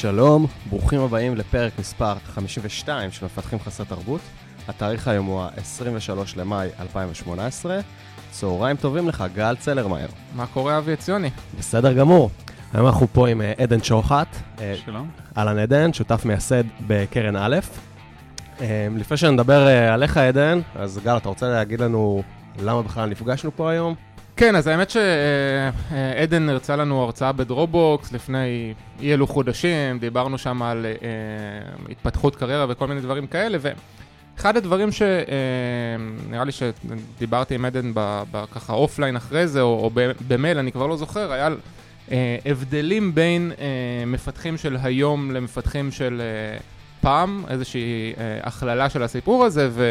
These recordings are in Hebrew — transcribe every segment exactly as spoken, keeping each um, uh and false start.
שלום, ברוכים הבאים לפרק מספר חמישים ושתיים של מפתחים חסרי תרבות. התאריך היום הוא ה-עשרים ושלושה למאי אלפיים ושמונה עשרה. צהריים טובים לך, גל צלרמייר. מה קורה, אבי עציוני? בסדר גמור. היום אנחנו פה עם עדן שוחט. שלום. אהלן עדן, שותף מייסד בקרן א'. לפני שנדבר עליך עדן, אז גל, אתה רוצה להגיד לנו למה בכלל נפגשנו פה היום? כן, אז האמת שעדן הרצה לנו הרצאה בדרופבוקס לפני אי אלו חודשים, דיברנו שם על התפתחות קריירה וכל מיני דברים כאלה, ואחד הדברים שנראה לי שדיברתי עם עדן ככה אופליין אחרי זה, או במייל, אני כבר לא זוכר, היה הבדלים בין מפתחים של היום למפתחים של פעם, איזושהי הכללה של הסיפור הזה, ו...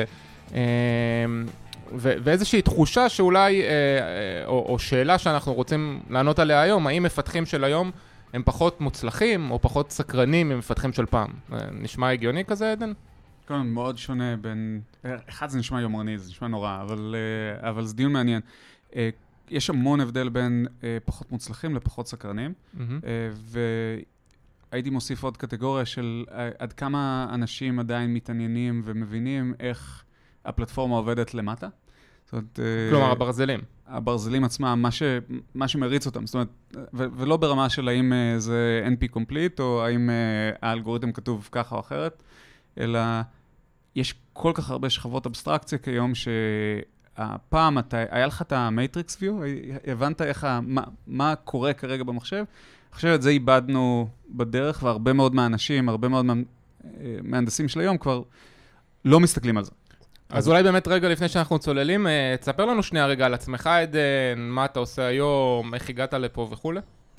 ו- ואיזושהי תחושה שאולי, אה, או, או שאלה שאנחנו רוצים לענות עליה היום, האם מפתחים של היום הם פחות מוצלחים או פחות סקרנים ממפתחים של פעם? נשמע הגיוני כזה, עדן? כן, מאוד שונה בין... אחד זה נשמע יומרני, זה נשמע נורא, אבל, אבל זה דיון מעניין. יש המון הבדל בין פחות מוצלחים לפחות סקרנים, mm-hmm. והייתי מוסיף עוד קטגוריה של עד כמה אנשים עדיין מתעניינים ומבינים איך הפלטפורמה עובדת למטה. זאת אומרת, כלומר, הברזלים. הברזלים עצמם, מה, ש, מה שמריץ אותם. זאת אומרת, ו, ולא ברמה של האם זה אן פי complete, או האם האלגוריתם כתוב ככה או אחרת, אלא יש כל כך הרבה שכבות אבסטרקציה כיום, שהפעם אתה, היה לך את המייטריקס ויו, הבנת איך, ה, מה, מה קורה כרגע במחשב, אני חושב את זה איבדנו בדרך, והרבה מאוד מהאנשים, הרבה מאוד מהנדסים של היום כבר לא מסתכלים על זה. אז אולי באמת רגע לפני שאנחנו צוללים, תספר לנו שנייה רגע על עצמך, עדן, מה אתה עושה היום, איך הגעת לפה וכו'?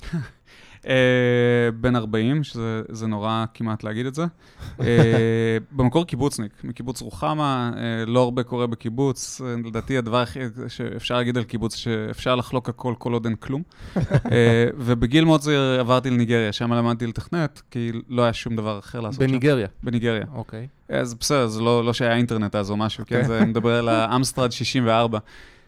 בן ארבעים, שזה נורא כמעט להגיד את זה. במקור קיבוצניק, מקיבוץ רוחמה, לא הרבה קורה בקיבוץ, לדעתי הדבר שאפשר להגיד על קיבוץ, שאפשר לחלוק הכל כל עוד אין כלום. ובגיל מאוד זה עברתי לניגריה, שם למדתי לתכנת, כי לא היה שום דבר אחר לעשות שם. בניגריה? בניגריה. אוקיי. אז בסדר, זה לא שהיה אינטרנט אז או משהו, כן? זה מדבר על האמסטרד שישים וארבע.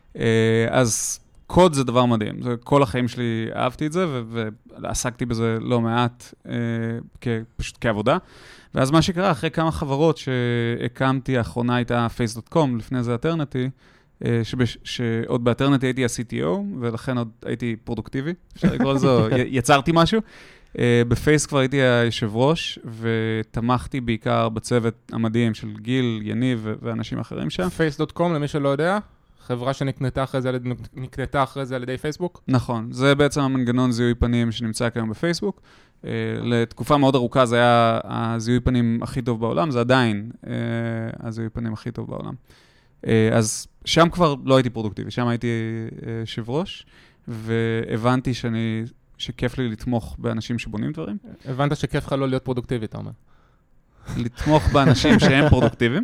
אז קוד זה דבר מדהים, כל החיים שלי אהבתי את זה, ועסקתי בזה לא מעט, פשוט כעבודה. ואז מה שקרה, אחרי כמה חברות שהקמתי, האחרונה הייתה פייס דוט קום, לפני זה אטרנטי, שעוד באטרנטי הייתי ה-סי טי או, ולכן עוד הייתי פרודוקטיבי, אפשר לקרוא לזה, יצרתי משהו. בפייס כבר הייתי היושב ראש, ותמכתי בעיקר בצוות המדהים של גיל, יניב ואנשים אחרים שם. פייס דוט קום, למי שלא יודע, חברה שנקנתה אחרי זה, נקנתה אחרי זה על ידי פייסבוק? נכון, זה בעצם המנגנון זיהוי פנים שנמצא כיום בפייסבוק. לתקופה מאוד ארוכה זה היה הזיהוי פנים הכי טוב בעולם, זה עדיין הזיהוי פנים הכי טוב בעולם. אז שם כבר לא הייתי פרודוקטיבי, שם הייתי יושב ראש, והבנתי שאני... שכיף לי לתמוך באנשים שבונים דברים. הבנת שכיף לך לא להיות פרודוקטיבי, אתה אומר. לתמוך באנשים שהם פרודוקטיביים.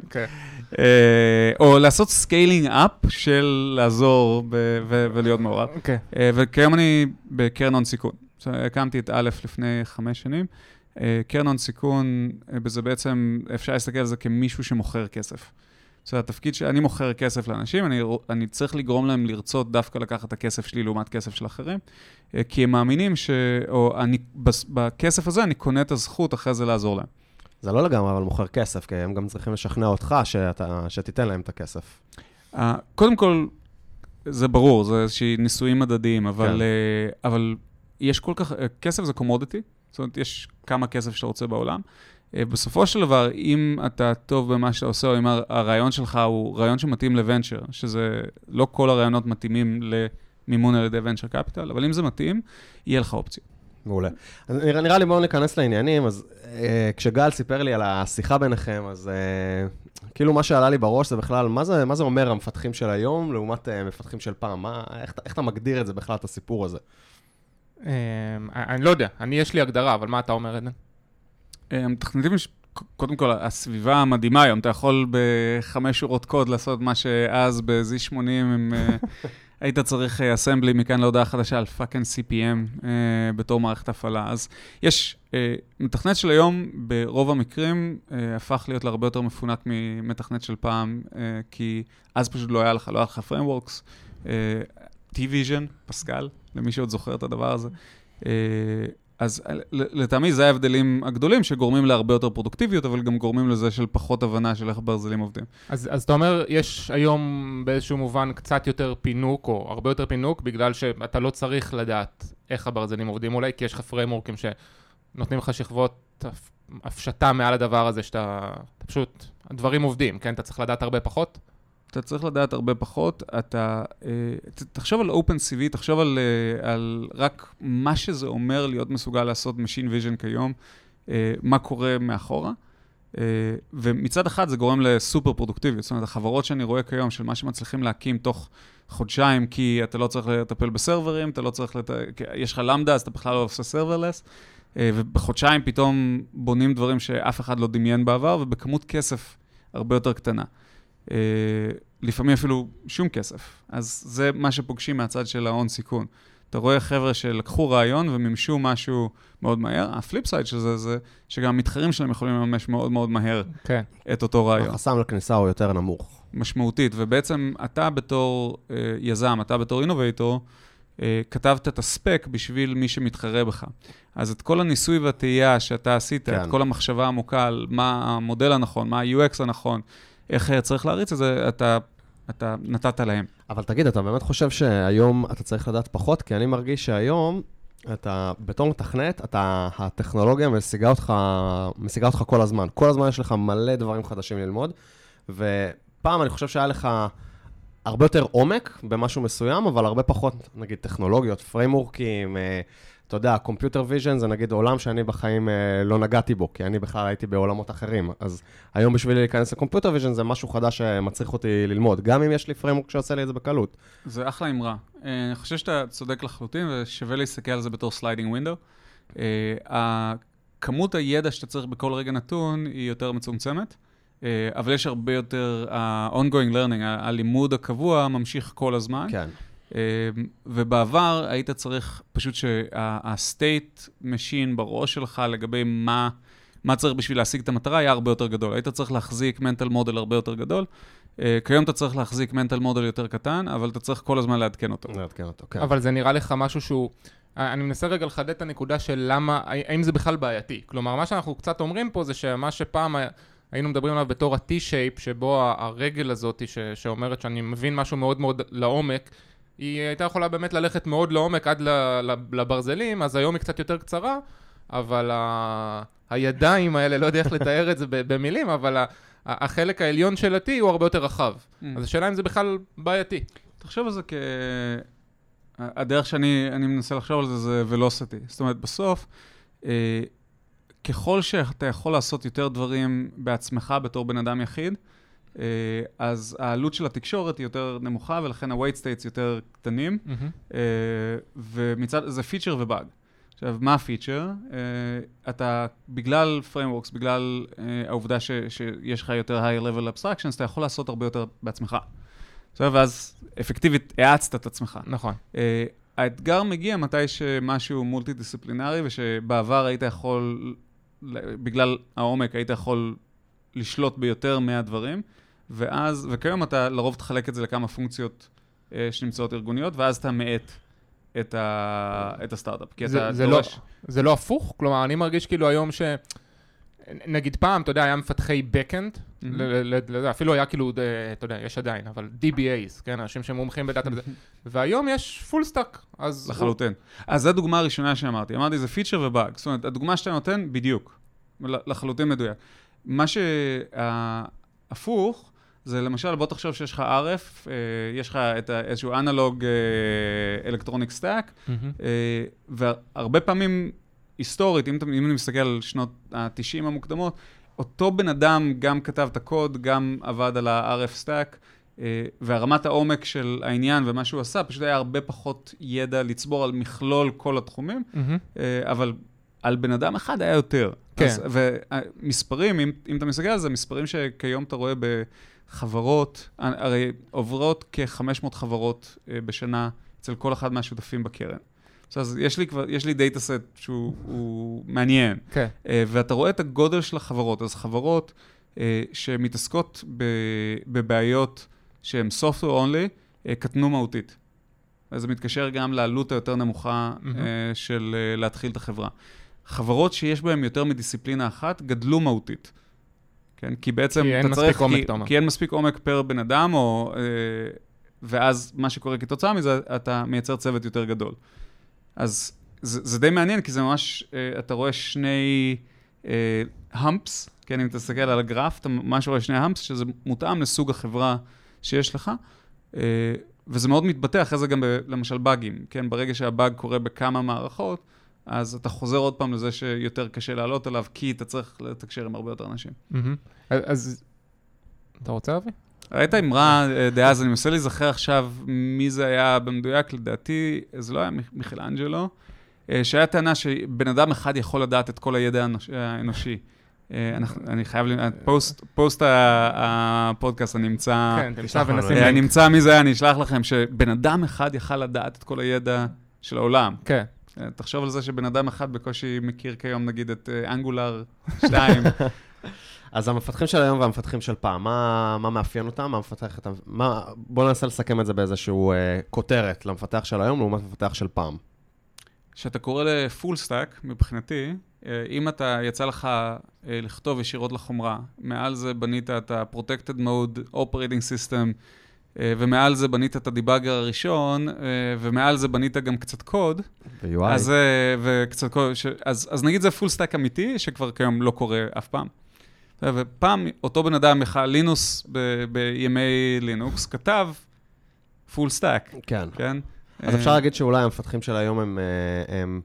או לעשות סקיילינג אפ של לעזור ולהיות מעורב. וכיום אני בקרן הון סיכון. הקמתי את א' לפני חמש שנים. קרן הון סיכון, בזה בעצם אפשר להסתכל על זה כמישהו שמוכר כסף. זה התפקיד שאני מוכר כסף לאנשים, אני, אני צריך לגרום להם לרצות דווקא לקחת את הכסף שלי לעומת כסף של אחרים, כי הם מאמינים ש... או אני, בכסף הזה אני קונה את הזכות אחרי זה לעזור להם. זה לא לגמרי, אבל מוכר כסף, כי הם גם צריכים לשכנע אותך שאתה, שתיתן להם את הכסף. קודם כל, זה ברור, זה איזושהי ניסויים מדדיים, אבל, כן. אבל יש כל כך... כסף זה קומודיטי, זאת אומרת, יש כמה כסף שאתה רוצה בעולם, בסופו של דבר, אם אתה טוב במה שאתה עושה, או אם הרעיון שלך הוא רעיון שמתאים לוונצ'ר, שזה לא כל הרעיונות מתאימים למימון על ידי ונצ'ר קפיטל, אבל אם זה מתאים, יהיה לך אופציה. מעולה. נראה, נראה לי בואו ניכנס לעניינים, אז אה, כשגל סיפר לי על השיחה ביניכם, אז אה, כאילו מה שעלה לי בראש זה בכלל, מה זה, מה זה אומר המפתחים של היום, לעומת אה, מפתחים של פעם? מה, איך, איך אתה מגדיר את זה בכלל, את הסיפור הזה? אה, אני לא יודע, אני יש לי הגדרה, אבל מה אתה אומר, עדן? מתכנתים, קודם כל, הסביבה המדהימה היום, אתה יכול בחמש שורות קוד לעשות מה שאז ב-זי שמונים, היית צריך אסמבלי מכאן להודעה חדשה על פאקינג סי פי אם בתור מערכת הפעלה. אז יש, מתכנת של היום, ברוב המקרים, הפך להיות להרבה יותר מפונק ממתכנת של פעם, כי אז פשוט לא היה לך, לא היה לך frameworks, T-Vision, פסקל, למי שעוד זוכר את הדבר הזה. אז לטעמי זה ההבדלים הגדולים שגורמים להרבה יותר פרודוקטיביות, אבל גם גורמים לזה של פחות הבנה של איך ברזלים עובדים. אז, אז אתה אומר, יש היום באיזשהו מובן קצת יותר פינוק, או הרבה יותר פינוק, בגלל שאתה לא צריך לדעת איך הברזלים עובדים אולי, כי יש לך פריימורקים שנותנים לך שכבות הפשטה מעל הדבר הזה, שאתה אתה פשוט, הדברים עובדים, כן? אתה צריך לדעת הרבה פחות? אתה צריך לדעת הרבה פחות, אתה, תחשוב על OpenCV, תחשוב על, על רק מה שזה אומר להיות מסוגל לעשות Machine Vision כיום, מה קורה מאחורה, ומצד אחד זה גורם לסופר פרודוקטיביות, זאת אומרת, החברות שאני רואה כיום של מה שמצליחים להקים תוך חודשיים, כי אתה לא צריך לטפל בסרברים, אתה לא צריך, לת... יש לך למדה, אז אתה בכלל לא עושה סרברלס, ובחודשיים פתאום בונים דברים שאף אחד לא דמיין בעבר, ובכמות כסף הרבה יותר קטנה. Uh, לפעמים אפילו שום כסף. אז זה מה שפוגשים מהצד של ההון סיכון. אתה רואה חבר'ה שלקחו רעיון וממשו משהו מאוד מהר. הפליפ סייד של זה, זה שגם המתחרים שלהם יכולים לממש מאוד מאוד מהר okay. את אותו רעיון. החסם לכניסה הוא יותר נמוך. משמעותית, ובעצם אתה בתור uh, יזם, אתה בתור אינובייטור, uh, כתבת את הספק בשביל מי שמתחרה בך. אז את כל הניסוי והתהייה שאתה עשית, כן. את כל המחשבה העמוקה על מה המודל הנכון, מה ה-יו אקס הנכון, איך צריך להריץ את זה, אתה, אתה נתת להם. אבל תגיד, אתה באמת חושב שהיום אתה צריך לדעת פחות? כי אני מרגיש שהיום, אתה בתור מתכנת, אתה, הטכנולוגיה משיגה אותך, משיגה אותך כל הזמן. כל הזמן יש לך מלא דברים חדשים ללמוד, ופעם אני חושב שהיה לך הרבה יותר עומק במשהו מסוים, אבל הרבה פחות, נגיד, טכנולוגיות, פריימורקים, אתה יודע, קומפיוטר ויז'ן זה נגיד עולם שאני בחיים לא נגעתי בו, כי אני בכלל הייתי בעולמות אחרים. אז היום בשבילי להיכנס לקומפיוטר ויז'ן זה משהו חדש שמצריך אותי ללמוד, גם אם יש לי פריימורק שעושה לי את זה בקלות. זה אחלה אמרה. אני חושב שאתה צודק לחלוטין, ושווה להסתכל על זה בתור סליידינג ווינדו. כמות הידע שאתה צריך בכל רגע נתון היא יותר מצומצמת, אבל יש הרבה יותר, ה-ongoing learning, הלימוד הקבוע ממשיך כל הזמן. כן. ובעבר היית צריך פשוט שה-state machine בראש שלך לגבי מה, מה צריך בשביל להשיג את המטרה היה הרבה יותר גדול. היית צריך להחזיק mental model הרבה יותר גדול. כיום אתה צריך להחזיק mental model יותר קטן, אבל אתה צריך כל הזמן לעדכן אותו. לעדכן אותו, כן. אבל זה נראה לך משהו שהוא... אני מנסה רגע לחדד את הנקודה של למה, האם זה בכלל בעייתי. כלומר, מה שאנחנו קצת אומרים פה זה שמה שפעם היינו מדברים עליו בתור ה-T-shape, שבו הרגל הזאת ש- שאומרת שאני מבין משהו מאוד מאוד לעומק, היא הייתה יכולה באמת ללכת מאוד לעומק עד לברזלים, אז היום היא קצת יותר קצרה, אבל ה- הידיים האלה, לא יודע איך לתאר את זה במילים, אבל ה- החלק העליון של ה-T הוא הרבה יותר רחב. אז השאלה אם זה בכלל בעייתי. תחשוב על זה כ... הדרך שאני אני מנסה לחשוב על זה זה ולוסיטי. זאת אומרת, בסוף, אה, ככל שאתה יכול לעשות יותר דברים בעצמך בתור בן אדם יחיד, אה, אז העלות של התקשורת היא יותר נמוכה, ולכן ה-weight states יותר קטנים, mm-hmm. אה, ומצד, זה פיצ'ר ובאג. עכשיו, מה הפיצ'ר? אה, אתה, בגלל frameworks, בגלל אה, העובדה ש, שיש לך יותר high level abstractions, אתה יכול לעשות הרבה יותר בעצמך. ואז אפקטיבית העצת את עצמך. נכון. Uh, האתגר מגיע מתי שמשהו מולטי-דיסציפלינרי, ושבעבר היית יכול, בגלל העומק, היית יכול לשלוט ביותר מהדברים, ואז, וכיום אתה לרוב תחלק את זה לכמה פונקציות uh, שנמצאות ארגוניות, ואז אתה מעט את, ה, את הסטארט-אפ. זה, זה, דורש... לא, זה לא הפוך? כלומר, אני מרגיש כאילו היום ש... נגיד פעם, אתה יודע, היה מפתחי backend, אפילו היה כאילו, אתה יודע, יש עדיין, אבל די בי איז, כן, אנשים שמומחים בדאטה בזה, והיום יש פול סטאק, אז... לחלוטין. אז זו הדוגמה הראשונה שאמרתי, אמרתי, זה פיצ'ר ובאג, זאת אומרת, הדוגמה שאתה נותן, בדיוק, לחלוטין מדויק. מה שהפוך, זה למשל, בוא תחשוב שיש לך אר אף, יש לך איזשהו אנלוג אלקטרוניק סטאק, והרבה פעמים... היסטורית, אם, אם אני מסתכל על שנות ה-תשעים המוקדמות, אותו בן אדם גם כתב את הקוד, גם עבד על ה-אר אף סטאק, והרמת העומק של העניין ומה שהוא עשה, פשוט היה הרבה פחות ידע לצבור על מכלול כל התחומים, mm-hmm. אבל על בן אדם אחד היה יותר. כן. אז, ומספרים, אם, אם אתה מסתכל על זה, מספרים שכיום אתה רואה בחברות, הרי עוברות כ-חמש מאות חברות בשנה אצל כל אחד מהשותפים בקרן. אז יש לי כבר, יש לי דאטה סט שהוא מעניין. כן. ואתה רואה את הגודל של החברות. אז חברות שמתעסקות בבעיות שהן software only, קטנו מהותית. וזה מתקשר גם לעלות היותר נמוכה mm-hmm. של להתחיל את החברה. חברות שיש בהן יותר מדיסציפלינה אחת, גדלו מהותית. כן? כי בעצם כי אתה צריך... עומק, כי, כי אין מספיק עומק פר בן אדם, או, ואז מה שקורה כתוצאה מזה, אתה מייצר צוות יותר גדול. אז זה, זה די מעניין, כי זה ממש, אתה רואה שני המפס, כן, אם אתה תסתכל על הגרף, אתה ממש רואה שני המפס, שזה מותאם לסוג החברה שיש לך, וזה מאוד מתבטא אחרי זה גם ב, למשל באגים, כן, ברגע שהבאג קורה בכמה מערכות, אז אתה חוזר עוד פעם לזה שיותר קשה לעלות עליו, כי אתה צריך לתקשר עם הרבה יותר אנשים. אז אתה רוצה אבי? ראית אמרה דאז, אני מנסה להיזכר עכשיו מי זה היה במדויק, לדעתי, זה לא היה מיכלאנג'לו, שהיה טענה שבן אדם אחד יכול לדעת את כל הידע האנושי. אני חייב, פוסט הפודקאסט, אני נמצא, אני נמצא מי זה היה, אני אשלח לכם, שבן אדם אחד יכל לדעת את כל הידע של העולם. כן. תחשוב על זה שבן אדם אחד בקושי מכיר כיום, נגיד, את אנגולר שתיים. אז המפתחים של היום והמפתחים של פעם, מה, מה מאפיין אותם? מה מפתח את, מה, בוא ננסה לסכם את זה באיזשהו אה, כותרת למפתח של היום, לעומת מפתח של פעם. כשאתה קורא לפול סטאק, מבחינתי, אה, אם אתה יצא לך אה, לכתוב ישירות לחומרה, מעל זה בנית את ה-Protected Mode Operating System, אה, ומעל זה בנית את הדיבאגר הראשון, אה, ומעל זה בנית גם קצת קוד, ו-יו איי. אז, אה, וקצת קוד, ש... אז, אז נגיד זה פול סטאק אמיתי, שכבר כיום לא קורה אף פעם. ופעם אותו בן אדם, לינוס ב- בימי לינוקס, כתב פול סטאק. כן. כן? אז אפשר להגיד שאולי המפתחים של היום הם... הם...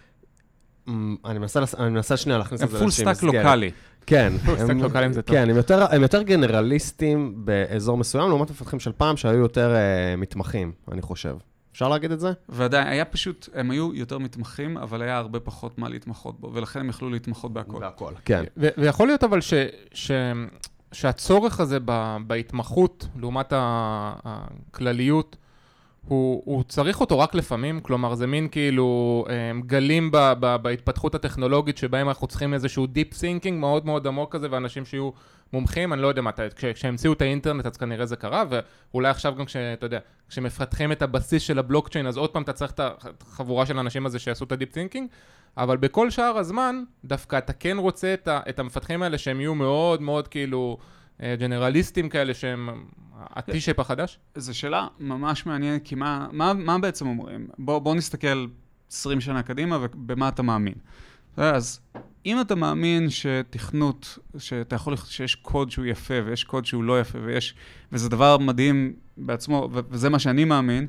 אני מנסה, אני מנסה שנייה להכניס את זה פול סטאק לוקלי. כן. פול סטאק לוקלי זה טוב. כן, הם יותר, הם יותר גנרליסטים באזור מסוים, לעומת המפתחים של פעם שהיו יותר uh, מתמחים, אני חושב. אפשר להגיד את זה? ועדיין, היה פשוט, הם היו יותר מתמחים, אבל היה הרבה פחות מה להתמחות בו, ולכן הם יכלו להתמחות בהכל. בהכל, כן. ו- ויכול להיות אבל ש- ש- שהצורך הזה ב- בהתמחות, לעומת הכלליות, הוא, הוא צריך אותו רק לפעמים, כלומר זה מין כאילו גלים ב- ב- בהתפתחות הטכנולוגית, שבהם אנחנו צריכים איזשהו דיפ סינקינג מאוד מאוד עמוק כזה, ואנשים שיהיו מומחים, אני לא יודע מה, כשהמציאו את האינטרנט, אז כנראה זה קרה, ואולי עכשיו גם כשאתה יודע, כשמפתחים את הבסיס של הבלוקצ'יין, אז עוד פעם אתה צריך את החבורה של האנשים הזה שיעשו את הדיפ סינקינג, אבל בכל שאר הזמן, דווקא אתה כן רוצה את, את המפתחים האלה, שהם יהיו מאוד מאוד כאילו ג'נרליסטים כאלה, שהם הטי-שייפ החדש. זו שאלה ממש מעניינת, כי מה, מה, מה בעצם אומרים? בוא, בוא נסתכל עשרים שנה קדימה, ובמה אתה מאמין. אז אם אתה מאמין שתכנות, שאתה יכול, שיש קוד שהוא יפה, ויש קוד שהוא לא יפה, ויש, וזה דבר מדהים בעצמו, וזה מה שאני מאמין,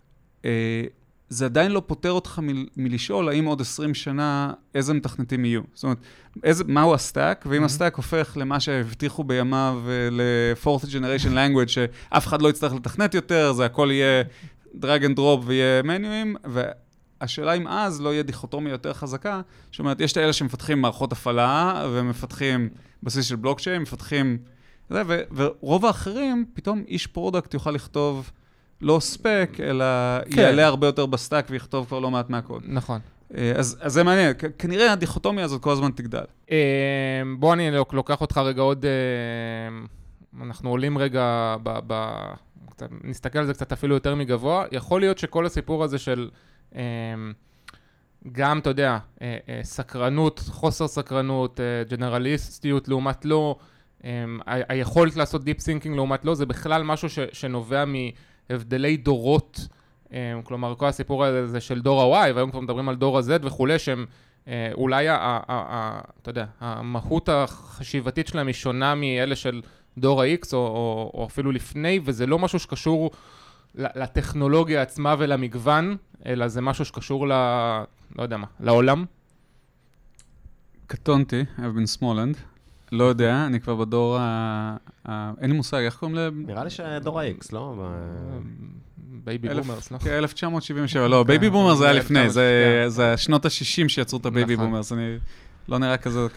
זה עדיין לא פותר אותך מ- מלשאול האם עוד עשרים שנה איזה מתכנתים יהיו. זאת אומרת, איזה, מהו הסטאק, ואם mm-hmm. הסטאק הופך למה שהבטיחו בימיו ל-fourth generation language, שאף אחד לא יצטרך לתכנת יותר, זה הכל יהיה drag and drop ויהיה מניואים, והשאלה אם אז לא יהיה דיכוטומיה יותר חזקה, זאת אומרת, יש את האלה שמפתחים מערכות הפעלה, ומפתחים בסיס של בלוקצ'יין, מפתחים, זה, ו- ורוב האחרים, פתאום איש פרודקט יוכל לכתוב לא ספק, אלא כן. יעלה הרבה יותר בסטאק ויכתוב כבר לא מעט מהקוד. נכון. אז, אז זה מעניין, כנראה הדיכוטומיה הזאת כל הזמן תגדל. בוא אני לוקח אותך רגע עוד, אנחנו עולים רגע, ב, ב, נסתכל על זה קצת אפילו יותר מגבוה, יכול להיות שכל הסיפור הזה של גם, אתה יודע, סקרנות, חוסר סקרנות, ג'נרליסטיות לעומת לא, היכולת לעשות דיפ סינקינג לעומת לא, זה בכלל משהו ש, שנובע מ... הבדלי דורות, כלומר, כל הסיפור הזה של דור ה-Y, והיום כבר מדברים על דור ה-Z וכולי, שהם אולי, אתה יודע, המהות החשיבתית שלהם היא שונה מאלה של דור ה-X, או, או אפילו לפני, וזה לא משהו שקשור לטכנולוגיה עצמה ולמגוון, אלא זה משהו שקשור ל... לא יודע מה, לעולם. קטונתי, I've been Smallland. לא יודע, אני כבר בדור ה... אין לי מושג, איך קוראים ל... נראה לי שדור ה-X, לא? בייבי בומרס, לא? כן, אלף תשע מאות שבעים ושבע, לא, בייבי בומרס זה היה לפני, זה שנות ה-שישים שיצרו את הבייבי בומרס, אני לא נראה כזה,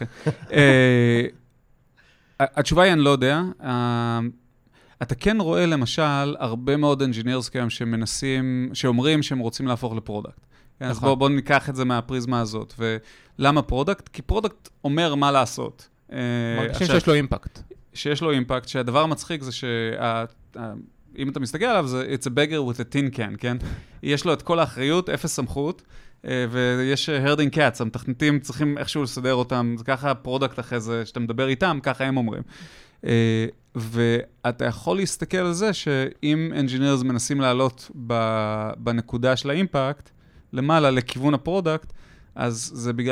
התשובה היא, אני לא יודע, אתה כן רואה למשל הרבה מאוד engineers כיום שמנסים, שאומרים שהם רוצים להפוך לפרודקט. אז בואו ניקח את זה מהפריזמה הזאת, ולמה פרודקט? כי פרודקט אומר מה לעשות. מרגישים שיש לו אימפקט. שיש לו אימפקט, שהדבר המצחיק זה אם אתה מסתכל עליו, זה it's a beggar with a tin can, כן? יש לו את כל האחריות, אפס סמכות, ויש herding cats, המתכנתים צריכים איכשהו לסדר אותם, זה ככה הפרודקט אחרי זה, שאתה מדבר איתם, ככה הם אומרים. ואתה יכול להסתכל על זה שאם engineers מנסים לעלות בנקודה של האימפקט, למעלה לכיוון הפרודקט, אז זה בגלל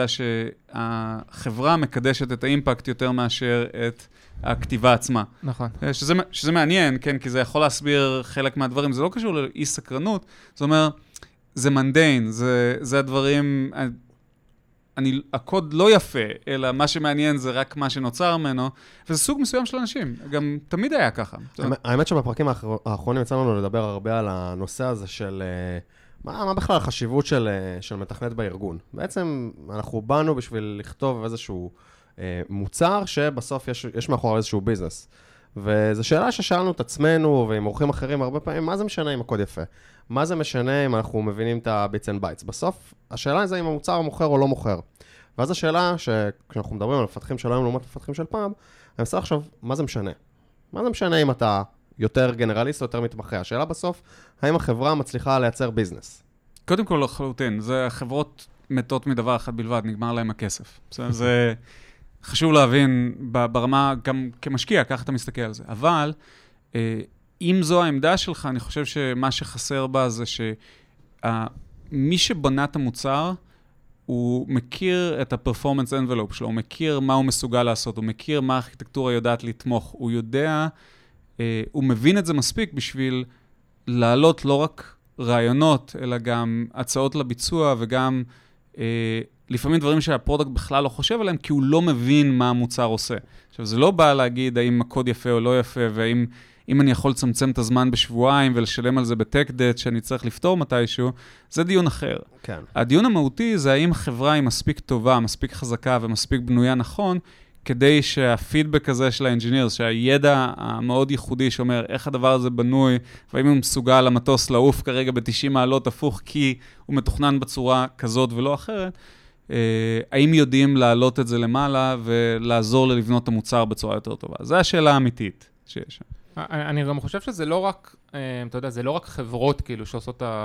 שהחברה מקדשת את האימפקט יותר מאשר את הכתיבה עצמה. נכון. שזה, שזה מעניין, כן, כי זה יכול להסביר חלק מהדברים, זה לא קשור לאי סקרנות, זאת אומרת, זה מנדיין, זה, זה הדברים, אני, הקוד לא יפה, אלא מה שמעניין זה רק מה שנוצר ממנו, וזה סוג מסוים של אנשים, גם תמיד היה ככה. האמת שבפרקים האחרונים יצא לנו לדבר הרבה על הנושא הזה של, מה, מה בכלל החשיבות של, של מתכנת בארגון. בעצם אנחנו באנו בשביל לכתוב איזשהו מוצר שבסוף יש, יש מאחורי איזשהו ביזנס. וזו שאלה ששאלנו את עצמנו ועם אורחים אחרים הרבה פעמים, מה זה משנה אם הקוד יפה? מה זה משנה אם אנחנו מבינים את ה-bits and bytes? בסוף, השאלה זה אם המוצר מוכר או לא מוכר. ואז השאלה שכשאנחנו מדברים על מפתחים של היום לעומת מפתחים של פעם, אני מנסה עכשיו, מה זה משנה? מה זה משנה אם אתה יותר גנרליסט או יותר מתמחה? השאלה בסוף, האם החברה מצליחה לייצר ביזנס? קודם כל, לחלוטין, זה חברות מתות מדבר אחד בלבד, נגמר להם הכסף. זה חשוב להבין ברמה, גם כמשקיע, ככה אתה מסתכל על זה. אבל, אם זו העמדה שלך, אני חושב שמה שחסר בה זה שמי שבונה את המוצר, הוא מכיר את ה-performance envelope שלו, הוא מכיר מה הוא מסוגל לעשות, הוא מכיר מה הארכיטקטורה יודעת לתמוך, הוא יודע, הוא מבין את זה מספיק בשביל לעלות לא רק רעיונות, אלא גם הצעות לביצוע וגם לפעמים דברים שהפרודקט בכלל לא חושב עליהם, כי הוא לא מבין מה המוצר עושה. עכשיו, זה לא בא להגיד האם הקוד יפה או לא יפה, והאם אם אני יכול לצמצם את הזמן בשבועיים ולשלם על זה בטק דט שאני צריך לפתור מתישהו, זה דיון אחר. כן. הדיון המהותי זה האם חברה היא מספיק טובה, מספיק חזקה ומספיק בנויה נכון, כדי שהפידבק הזה של האנג'ינירס, שהידע המאוד ייחודי שאומר איך הדבר הזה בנוי, והאם הוא מסוגל למטוס לעוף כרגע ב-תשעים מעלות הפוך, כי הוא מתוכנן בצורה כזאת ולא אחרת, האם יודעים להעלות את זה למעלה ולעזור לבנות את המוצר בצורה יותר טובה? זו השאלה האמיתית שיש. אני גם חושב שזה לא רק, אתה יודע, זה לא רק חברות כאילו שעושות את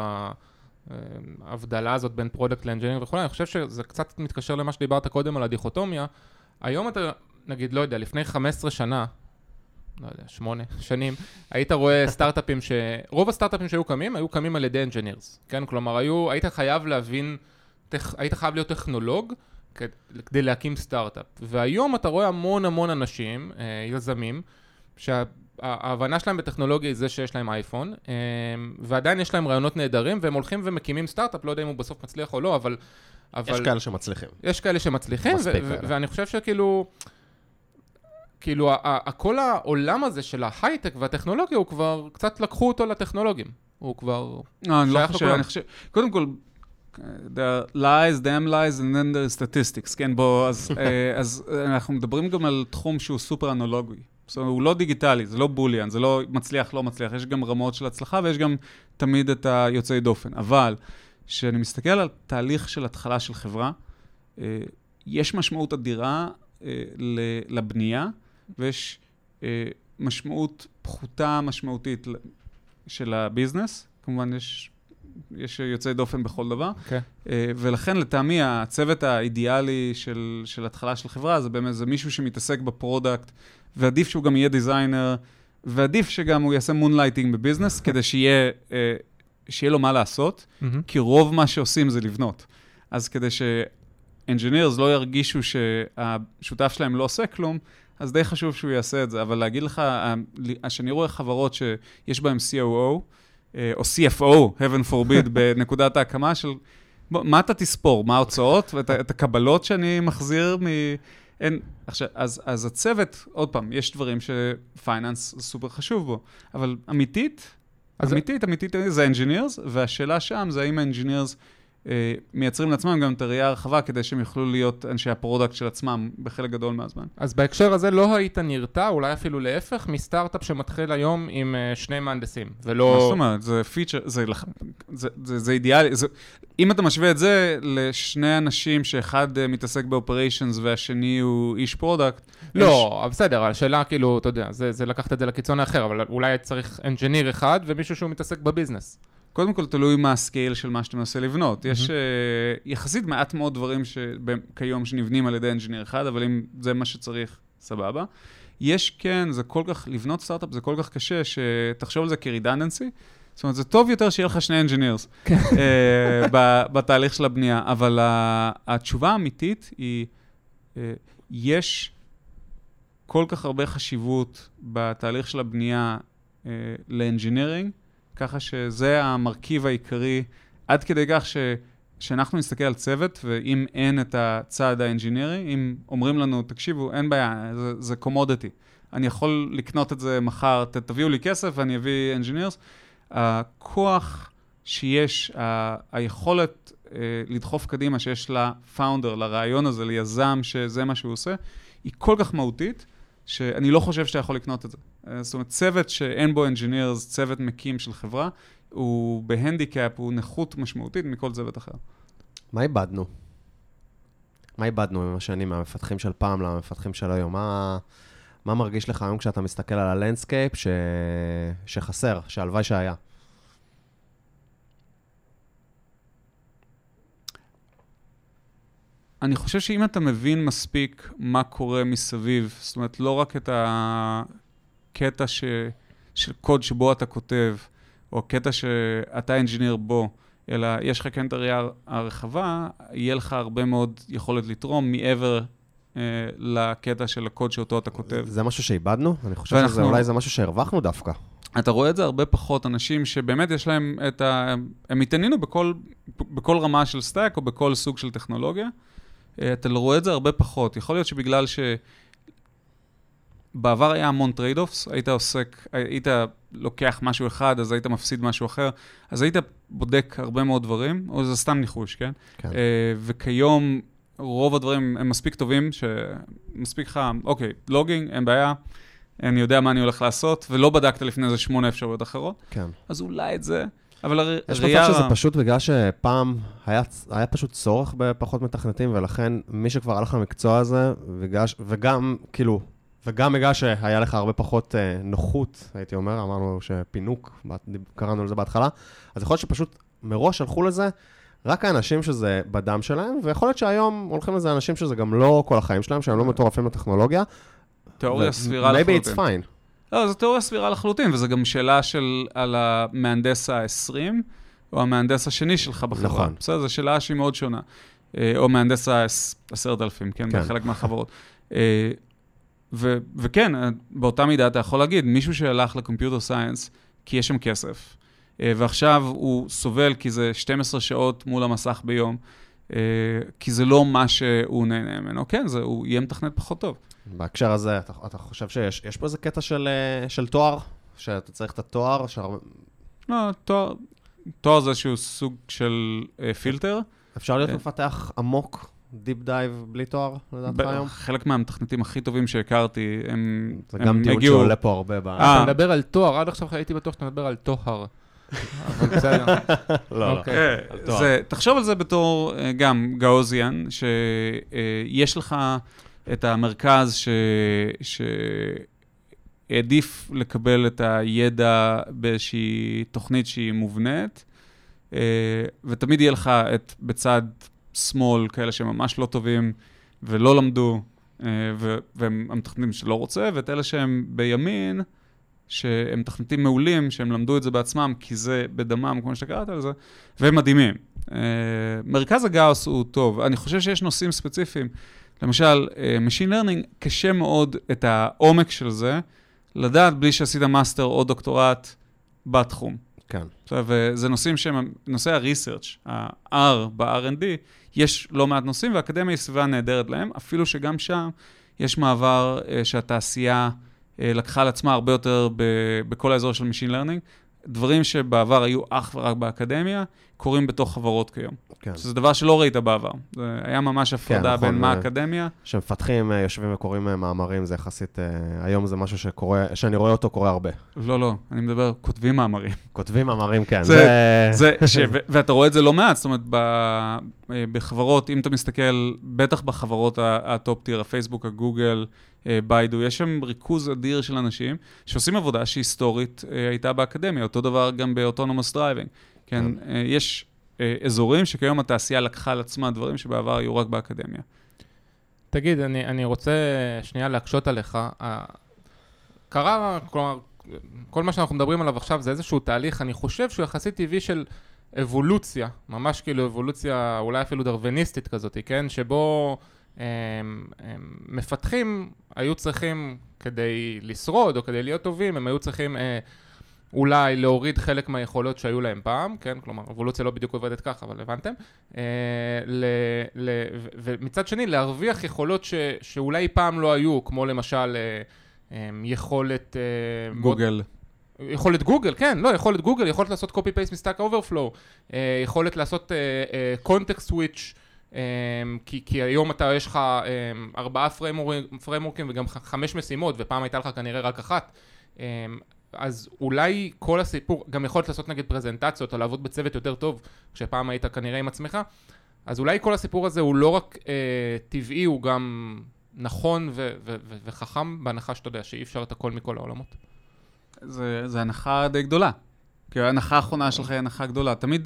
ההבדלה הזאת בין פרודקט לאנג'ינירינג וכו', אני חושב שזה קצת מתקשר למה שדיברת קודם על הדיכוטומיה. היום אתה, נגיד, לא יודע, לפני חמש עשרה שנה, לא יודע, שמונה שנים, היית רואה סטארט-אפים ש... רוב הסטארט-אפים שהיו קמים, היו קמים על ידי אנג'ינירס, כן? כלומר, היו, היית חייב להבין, היית חייב להיות טכנולוג כדי להקים סטארט-אפ. והיום אתה רואה המון המון אנשים, יזמים, שההבנה שלהם בטכנולוגיה היא זה שיש להם אייפון, ועדיין יש להם רעיונות נהדרים, והם הולכים ומקימים סטארט-אפ, לא יודע אם הוא בסוף מצליח או לא, אבל... יש כאלה שמצליחים. יש כאלה שמצליחים, ואני חושב שכאילו, כאילו, כל העולם הזה של ההייטק והטכנולוגיה, הוא כבר קצת לקחו אותו לטכנולוגים. הוא כבר... לא, אני לא חושב, אני חושב... קודם כל, there are lies, damn lies, and then there is statistics, כן, בוא, אז אנחנו מדברים גם על תחום שהוא סופר אנלוגי. זאת אומרת, הוא לא דיגיטלי, זה לא בוליאן, זה לא מצליח, לא מצליח. יש גם רמות של הצלחה, ויש גם תמיד את היוצאי דופן. אבל, כשאני מסתכל על תהליך של התחלה של חברה, יש משמעות אדירה לבנייה, ויש משמעות פחותה משמעותית של הביזנס. כמובן, יש, יש יוצאי דופן בכל דבר. Okay. ולכן, לטעמי, הצוות האידיאלי של, של התחלה של חברה, זה באמת, זה מישהו שמתעסק בפרודקט, ועדיף שהוא גם יהיה דיזיינר, ועדיף שגם הוא יעשה מונלייטינג בביזנס, כדי שיהיה, שיהיה לו מה לעשות, mm-hmm. כי רוב מה שעושים זה לבנות. אז כדי שאנג'ינירס לא ירגישו שהשותף שלהם לא עושה כלום, אז די חשוב שהוא יעשה את זה. אבל להגיד לך, שאני רואה חברות שיש בהן סי או או, או סי אף או, heaven forbid, בנקודת ההקמה של, מה אתה תספור? מה ההוצאות? ואת הקבלות שאני מחזיר מ... אין, עכשיו, אז, אז הצוות, עוד פעם, יש דברים שפייננס סופר חשוב בו, אבל אמיתית, אמיתית, אמיתית, זה engineers, והשאלה שם זה האם engineers מייצרים לעצמם גם את הראייה הרחבה, כדי שהם יוכלו להיות אנשי הפרודקט של עצמם בחלק גדול מהזמן. אז בהקשר הזה לא היית נרתע, אולי אפילו להפך, מסטארט-אפ שמתחיל היום עם שני מהנדסים, ולא... מה זאת אומרת? זה פיצ'ר, זה, זה, זה, זה אידיאלי. זה, אם אתה משווה את זה לשני אנשים שאחד מתעסק באופריישנס והשני הוא איש פרודקט... לא, יש... בסדר, השאלה כאילו, אתה יודע, זה, זה לקחת את זה לקיצון האחר, אבל אולי צריך אנג'יניר אחד ומישהו שהוא מתעסק בביזנס. קודם כל, תלוי מה הסקייל של מה שאתה מנסה לבנות. יש יחסית מעט מאוד דברים כיום שנבנים על ידי אנג'יניר אחד, אבל אם זה מה שצריך, סבבה. יש כן, זה כל כך, לבנות סטארט-אפ זה כל כך קשה, שתחשוב על זה כרידנדנסי. זאת אומרת, זה טוב יותר שיהיה לך שני אנג'ינירס בתהליך של הבנייה, אבל התשובה האמיתית היא, יש כל כך הרבה חשיבות בתהליך של הבנייה לאנג'ינירינג, ככה שזה המרכיב העיקרי, עד כדי כך ש, שאנחנו נסתכל על צוות, ואם אין את הצעד האנג'ינירי, אם אומרים לנו, תקשיבו, אין בעיה, זה, זה קומודיטי. אני יכול לקנות את זה מחר, ת, תביאו לי כסף ואני אביא אנג'ינירס. הכוח שיש, ה, היכולת אה, לדחוף קדימה שיש לפאונדר, לרעיון הזה, ליזם שזה מה שהוא עושה, היא כל כך מהותית, שאני לא חושב שאתה יכול לקנות את זה. זאת אומרת, צוות שאין בו אנג'ינירס, צוות מקים של חברה, הוא בהנדיקאפ, הוא נכות משמעותית מכל צוות אחר. מה איבדנו? מה איבדנו עם השנים, מהמפתחים של פעם למפתחים של היום? מה, מה מרגיש לך היום כשאתה מסתכל על הלנדסקייפ ש... שחסר, שהלוואי שהיה? אני חושב שאם אתה מבין מספיק מה קורה מסביב, זאת אומרת, לא רק את הקטע ש... של קוד שבו אתה כותב, או קטע שאתה אנג'יניר בו, אלא יש לך כן את הראייה הרחבה, יהיה לך הרבה מאוד יכולת לתרום מעבר אה, לקטע של הקוד שאותו אתה כותב. זה משהו שאיבדנו? אני חושב ואנחנו... שזה אולי זה משהו שהרווחנו דווקא. אתה רואה את זה הרבה פחות, אנשים שבאמת יש להם את ה... הם מתעניינו בכל, בכל רמה של סטאק, או בכל סוג של טכנולוגיה, אתה רואה את זה הרבה פחות. יכול להיות שבגלל שבעבר היה המון טרייד-אופס, היית עוסק, היית לוקח משהו אחד, אז היית מפסיד משהו אחר, אז היית בודק הרבה מאוד דברים, או זה סתם ניחוש, כן? כן. וכיום רוב הדברים הם מספיק טובים, שמספיק לך, אוקיי, לוגינג, אין בעיה, אני יודע מה אני הולך לעשות, ולא בדקת לפני זה שמונה אפשרויות אחרות. כן. אז אולי את זה... אבל הראייה... יש מצב שזה פשוט בגלל שפעם היה, היה פשוט צורך בפחות מתכנתים, ולכן מי שכבר הלך למקצוע הזה, וגם, וגם כאילו, וגם בגלל שהיה לך הרבה פחות אה, נוחות, הייתי אומר, אמרנו שפינוק, קראנו לזה בהתחלה, אז יכול להיות שפשוט מראש הלכו לזה, רק האנשים שזה בדם שלהם, ויכול להיות שהיום הולכים לזה אנשים שזה גם לא כל החיים שלהם, שהם לא מטורפים לטכנולוגיה. תיאוריה סבירה לחלוטין. Maybe it's fine. לא, זו תיאוריה סבירה לחלוטין, וזו גם שאלה של על המהנדס ה-עשרים, או המהנדס השני שלך בחברה. נכון. בסדר, זו שאלה שהיא מאוד שונה. או מהנדס ה-עשרת אלפים, כן, בחלק מהחברות. וכן, באותה מידה אתה יכול להגיד, מישהו שהלך לקומפיוטר סיינס, כי יש שם כסף, ועכשיו הוא סובל כי זה שתים עשרה שעות מול המסך ביום, כי זה לא מה שהוא נהנה ממנו. כן, זה, הוא יהיה מתכנת פחות טוב. בהקשר הזה, אתה, אתה חושב שיש יש פה איזה קטע של, של תואר? שאתה צריך את התואר? ש... לא, תואר, תואר זה איזשהו סוג של אה, פילטר. אפשר להיות מפתח עמוק, דיפ דייב, בלי תואר, לדעתך היום? חלק מהמתכנתים הכי טובים שהכרתי, הם זה גם טיעון שעולה פה הרבה. אתה מדבר על תואר, עד עכשיו הייתי בטוח שאתה מדבר על תואר. אבל בסדר. לא, לא. תחשוב על זה בתור גם גאוזיאן, שיש לך את המרכז שעדיף לקבל את הידע באיזושהי תוכנית שהיא מובנית, ותמיד יהיה לך את בצד שמאל כאלה שממש לא טובים ולא למדו, והם מתכנתים שלא רוצה, ואת אלה שהם בימין, שהם מתכנתים מעולים, שהם למדו את זה בעצמם, כי זה בדמם, כמו שאתה קראת על זה, והם מדהימים. מרכז הגאוס הוא טוב. אני חושב שיש נושאים ספציפיים. למשל, Machine Learning, קשה מאוד את העומק של זה, לדעת בלי שעשית מאסטר או דוקטורט בתחום. כן. וזה נושאים שהם, נושאי ה-research, ה-R ב-אר אנד די, יש לא מעט נושאים, והאקדמיה היא סביבה נהדרת להם, אפילו שגם שם יש מעבר שהתעשייה לקחה על עצמה הרבה יותר ב- בכל האזור של Machine Learning, דברים שבעבר היו אך ורק באקדמיה, קורים בתוך חברות כיום. כן. שזה דבר שלא ראית בעבר. זה היה ממש הפרדה כן, בין נכון, מה האקדמיה. שמפתחים, יושבים וקוראים מאמרים, זה יחסית, היום זה משהו שקורה, שאני רואה אותו קורה הרבה. לא, לא, אני מדבר, כותבים מאמרים. כותבים מאמרים, כן. זה, זה, ש, ו, ואתה רואה את זה לא מעט, זאת אומרת, ב, בחברות, אם אתה מסתכל, בטח בחברות הטופ טיר, הפייסבוק, הגוגל, ביידו, יש שם ריכוז אדיר של אנשים שעושים עבודה שהיסטורית הייתה באקדמיה, אותו דבר גם באוטונומוס דרייבינג. כן, יש אזורים שכיום התעשייה לקחה על עצמה דברים שבעבר היו רק באקדמיה. תגיד, אני, אני רוצה שנייה להקשות עליך. קרה, כלומר, כל מה שאנחנו מדברים עליו עכשיו זה איזשהו תהליך, אני חושב שהוא יחסית טבעי של אבולוציה, ממש כאילו אבולוציה אולי אפילו דרוויניסטית כזאת, כן? שבו הם, הם, מפתחים היו צריכים כדי לשרוד או כדי להיות טובים, הם היו צריכים אה, אולי להוריד חלק מהיכולות שהיו להם פעם, כן? כלומר, אבולוציה לא בדיוק עובדת כך, אבל הבנתם. אה, ל, ל, ו, ומצד שני, להרוויח יכולות ש, שאולי פעם לא היו, כמו למשל אה, אה, יכולת... אה, גוגל. מאוד, יכולת גוגל, כן, לא, יכולת גוגל, יכולת לעשות copy-paste מסטאק אוברפלואו, אה, יכולת לעשות אה, אה, context switch, Um, כי, כי היום אתה יש לך um, ארבעה פריימורקים וגם ח- חמש משימות, ופעם הייתה לך כנראה רק אחת. Um, אז אולי כל הסיפור, גם יכולת לעשות נגד פרזנטציות או לעבוד בצוות יותר טוב, כשפעם היית כנראה עם עצמך, אז אולי כל הסיפור הזה הוא לא רק uh, טבעי, הוא גם נכון ו- ו- ו- וחכם, בהנחה שאתה יודע שאי אפשר את הכל מכל העולמות. זה, זה הנחה די גדולה. כי ההנחה האחרונה שלך היא הנחה גדולה. תמיד...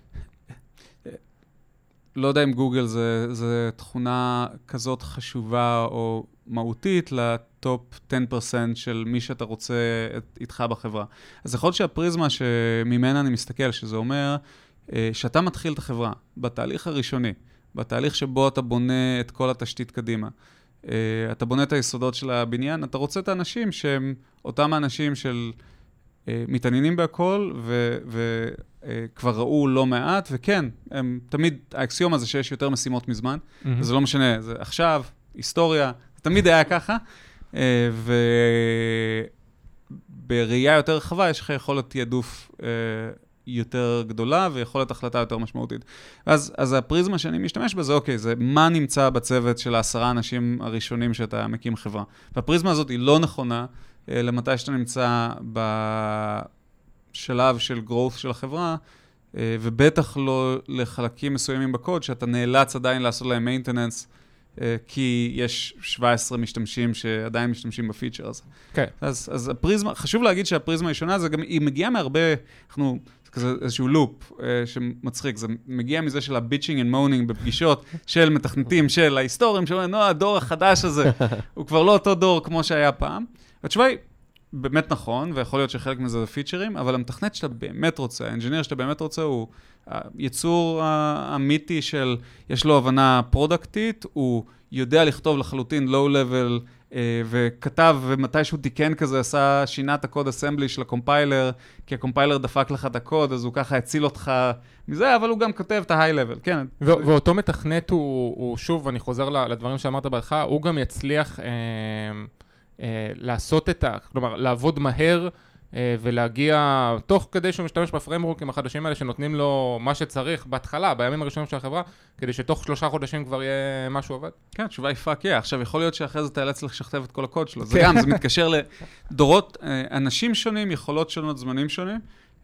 לא יודע אם גוגל זה, זה תכונה כזאת חשובה או מהותית לטופ עשר פרסנט של מי שאתה רוצה איתך בחברה. אז יכול להיות שהפריזמה שממנה אני מסתכל, שזה אומר שאתה מתחיל את החברה בתהליך הראשוני, בתהליך שבו אתה בונה את כל התשתית קדימה. אתה בונה את היסודות של הבניין, אתה רוצה את האנשים שהם אותם האנשים של... מתעניינים בהכל, וכבר ראו לא מעט, וכן, הם תמיד, האקסיומה זה שיש יותר משימות מזמן, וזה לא משנה, זה עכשיו, היסטוריה, זה תמיד היה ככה, ובראייה יותר רחבה יש לך יכולת תיעדוף יותר גדולה, ויכולת החלטה יותר משמעותית. אז, אז הפריזמה שאני משתמש בזה, אוקיי, זה מה נמצא בצוות של העשרה אנשים הראשונים שאתה מקים חברה. והפריזמה הזאת היא לא נכונה, למתי שאתה נמצא בשלב של growth של החברה, ובטח לא לחלקים מסוימים בקוד, שאתה נאלץ עדיין לעשות להם maintenance, כי יש שבעה עשר משתמשים שעדיין משתמשים בפיצ'ר הזה. כן. אז, אז הפריזמה, חשוב להגיד שהפריזמה הראשונה, זה גם, היא מגיעה מהרבה, אנחנו, זה כזה איזשהו לופ שמצחיק, זה מגיע מזה של ה-bitching and moaning בפגישות של מתכנתים של ההיסטוריים, שאומרים, נו, הדור החדש הזה, הוא כבר לא אותו דור כמו שהיה פעם. התשובה היא באמת נכון, ויכול להיות שחלק מזה זה פיצ'רים, אבל המתכנת שאתה באמת רוצה, האנג'יניר שאתה באמת רוצה, הוא היצור האמיתי של, יש לו הבנה פרודקטית, הוא יודע לכתוב לחלוטין לואו-לבל, וכתב, ומתישהו תיקן כזה, עשה, שינה את הקוד אסמבלי של הקומפיילר, כי הקומפיילר דפק לך את הקוד, אז הוא ככה הציל אותך מזה, אבל הוא גם כותב את ההיי-לבל, כן. ואותו מתכנת הוא, שוב, אני חוזר לדברים שאמרת בהתחלה, הוא גם יצליח... לעשות את ה... כלומר, לעבוד מהר ולהגיע, תוך כדי שהוא משתמש בפריימורקים החדשים האלה שנותנים לו מה שצריך בהתחלה, בימים הראשונים של החברה, כדי שתוך שלושה חודשים כבר יהיה משהו עובד. כן, תשובה היא פאק, yeah. עכשיו, יכול להיות שאחרי זה תאלץ לשכתב את כל הקוד שלו. זה גם, זה מתקשר לדורות, אנשים שונים, יכולות שונות, זמנים שונים,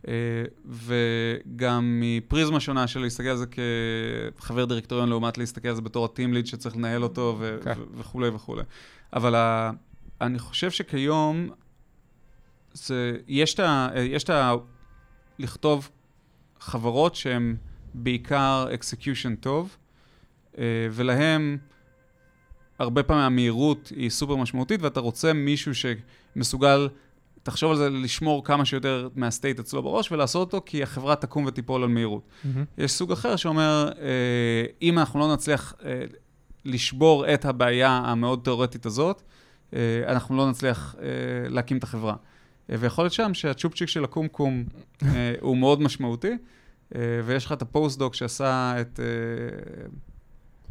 וגם מפריזמה שונה של להסתכל על זה כחבר דירקטוריון, לעומת להסתכל על זה בתור הטים ליד שצריך לנהל אותו וכו' וכו'. אבל אני חושב שכיום, זה, יש את ה... לכתוב חברות שהן בעיקר execution טוב, ולהם הרבה פעמים המהירות היא סופר משמעותית, ואתה רוצה מישהו שמסוגל, תחשוב על זה, לשמור כמה שיותר מהסטייט אצלו בראש, ולעשות אותו כי החברה תקום ותיפול על מהירות. Mm-hmm. יש סוג אחר שאומר, אם אנחנו לא נצליח לשבור את הבעיה המאוד תיאורטית הזאת, אנחנו לא נצליח להקים את החברה. ויכול להיות שם שהצ'ופצ'יק של הקומקום הוא מאוד משמעותי, ויש לך את הפוסט-דוק שעשה את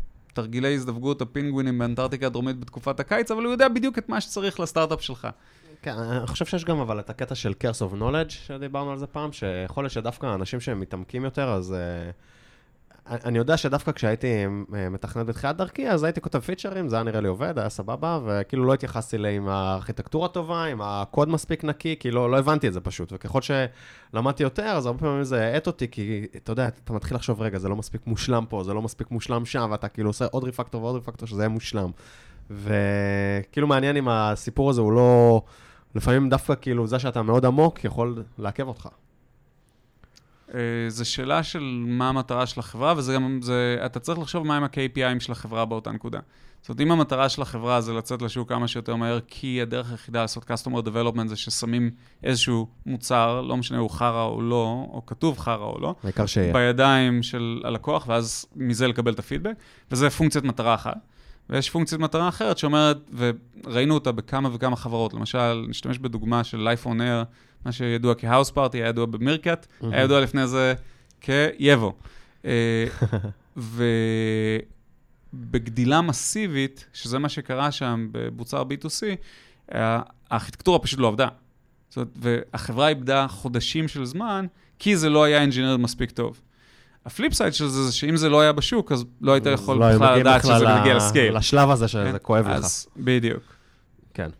תרגילי הזדווגות הפינגווינים באנטארקטיקה הדרומית בתקופת הקיץ, אבל הוא יודע בדיוק את מה שצריך לסטארט-אפ שלך. כן, אני חושב שיש גם אבל את הקטע של curse of knowledge, שדיברנו על זה פעם, שיכול להיות שדווקא אנשים שהם מתעמקים יותר, אז אני יודע שדווקא כשהייתי מתכנת בתחילת דרכי, אז הייתי כותב פיצ'רים, זה היה נראה לי עובד, היה סבבה, וכאילו לא התייחסתי לי עם הארכיטקטורה טובה, עם הקוד מספיק נקי, כי לא, לא הבנתי את זה פשוט, וככל שלמדתי יותר, אז הרבה פעמים זה העט אותי, כי אתה יודע, אתה מתחיל לחשוב, רגע, זה לא מספיק מושלם פה, זה לא מספיק מושלם שם, ואתה כאילו עושה עוד ריפקטור ועוד ריפקטור, שזה יהיה מושלם. וכאילו מעניין אם הסיפור הזה הוא לא, לפעמים דווקא כאילו זה שאתה מאוד עמוק יכול לעכב אותך. זו שאלה של מה המטרה של החברה, וזה גם, זה, אתה צריך לחשוב מהם ה-קיי פי איי של החברה באותה נקודה. זאת אומרת, אם המטרה של החברה זה לצאת לשוק כמה שיותר מהר, כי הדרך היחידה לעשות Customer Development זה ששמים איזשהו מוצר, לא משנה הוא חרה או לא, או כתוב חרה או לא, בידיים של הלקוח, ואז מזה לקבל את הפידבק, וזה פונקציית מטרה אחת. ויש פונקציית מטרה אחרת שאומרת, וראינו אותה בכמה וכמה חברות, למשל, נשתמש בדוגמה של Life on Air, מה שידוע כ-House Party, היה ידוע במירקט, היה ידוע לפני זה כ-יבו. ובגדילה מסיבית, שזה מה שקרה שם בבוצר בי טו סי, הארכיטקטורה פשוט לא עבדה. זאת אומרת, והחברה איבדה חודשים של זמן, כי זה לא היה אינג'ינר מספיק טוב. הפליפ סייד של זה, זה שאם זה לא היה בשוק, אז לא היית יכול בכלל לדעת שזה מגיע לסקייל. לשלב הזה שזה כואב לך. אז בדיוק. כן.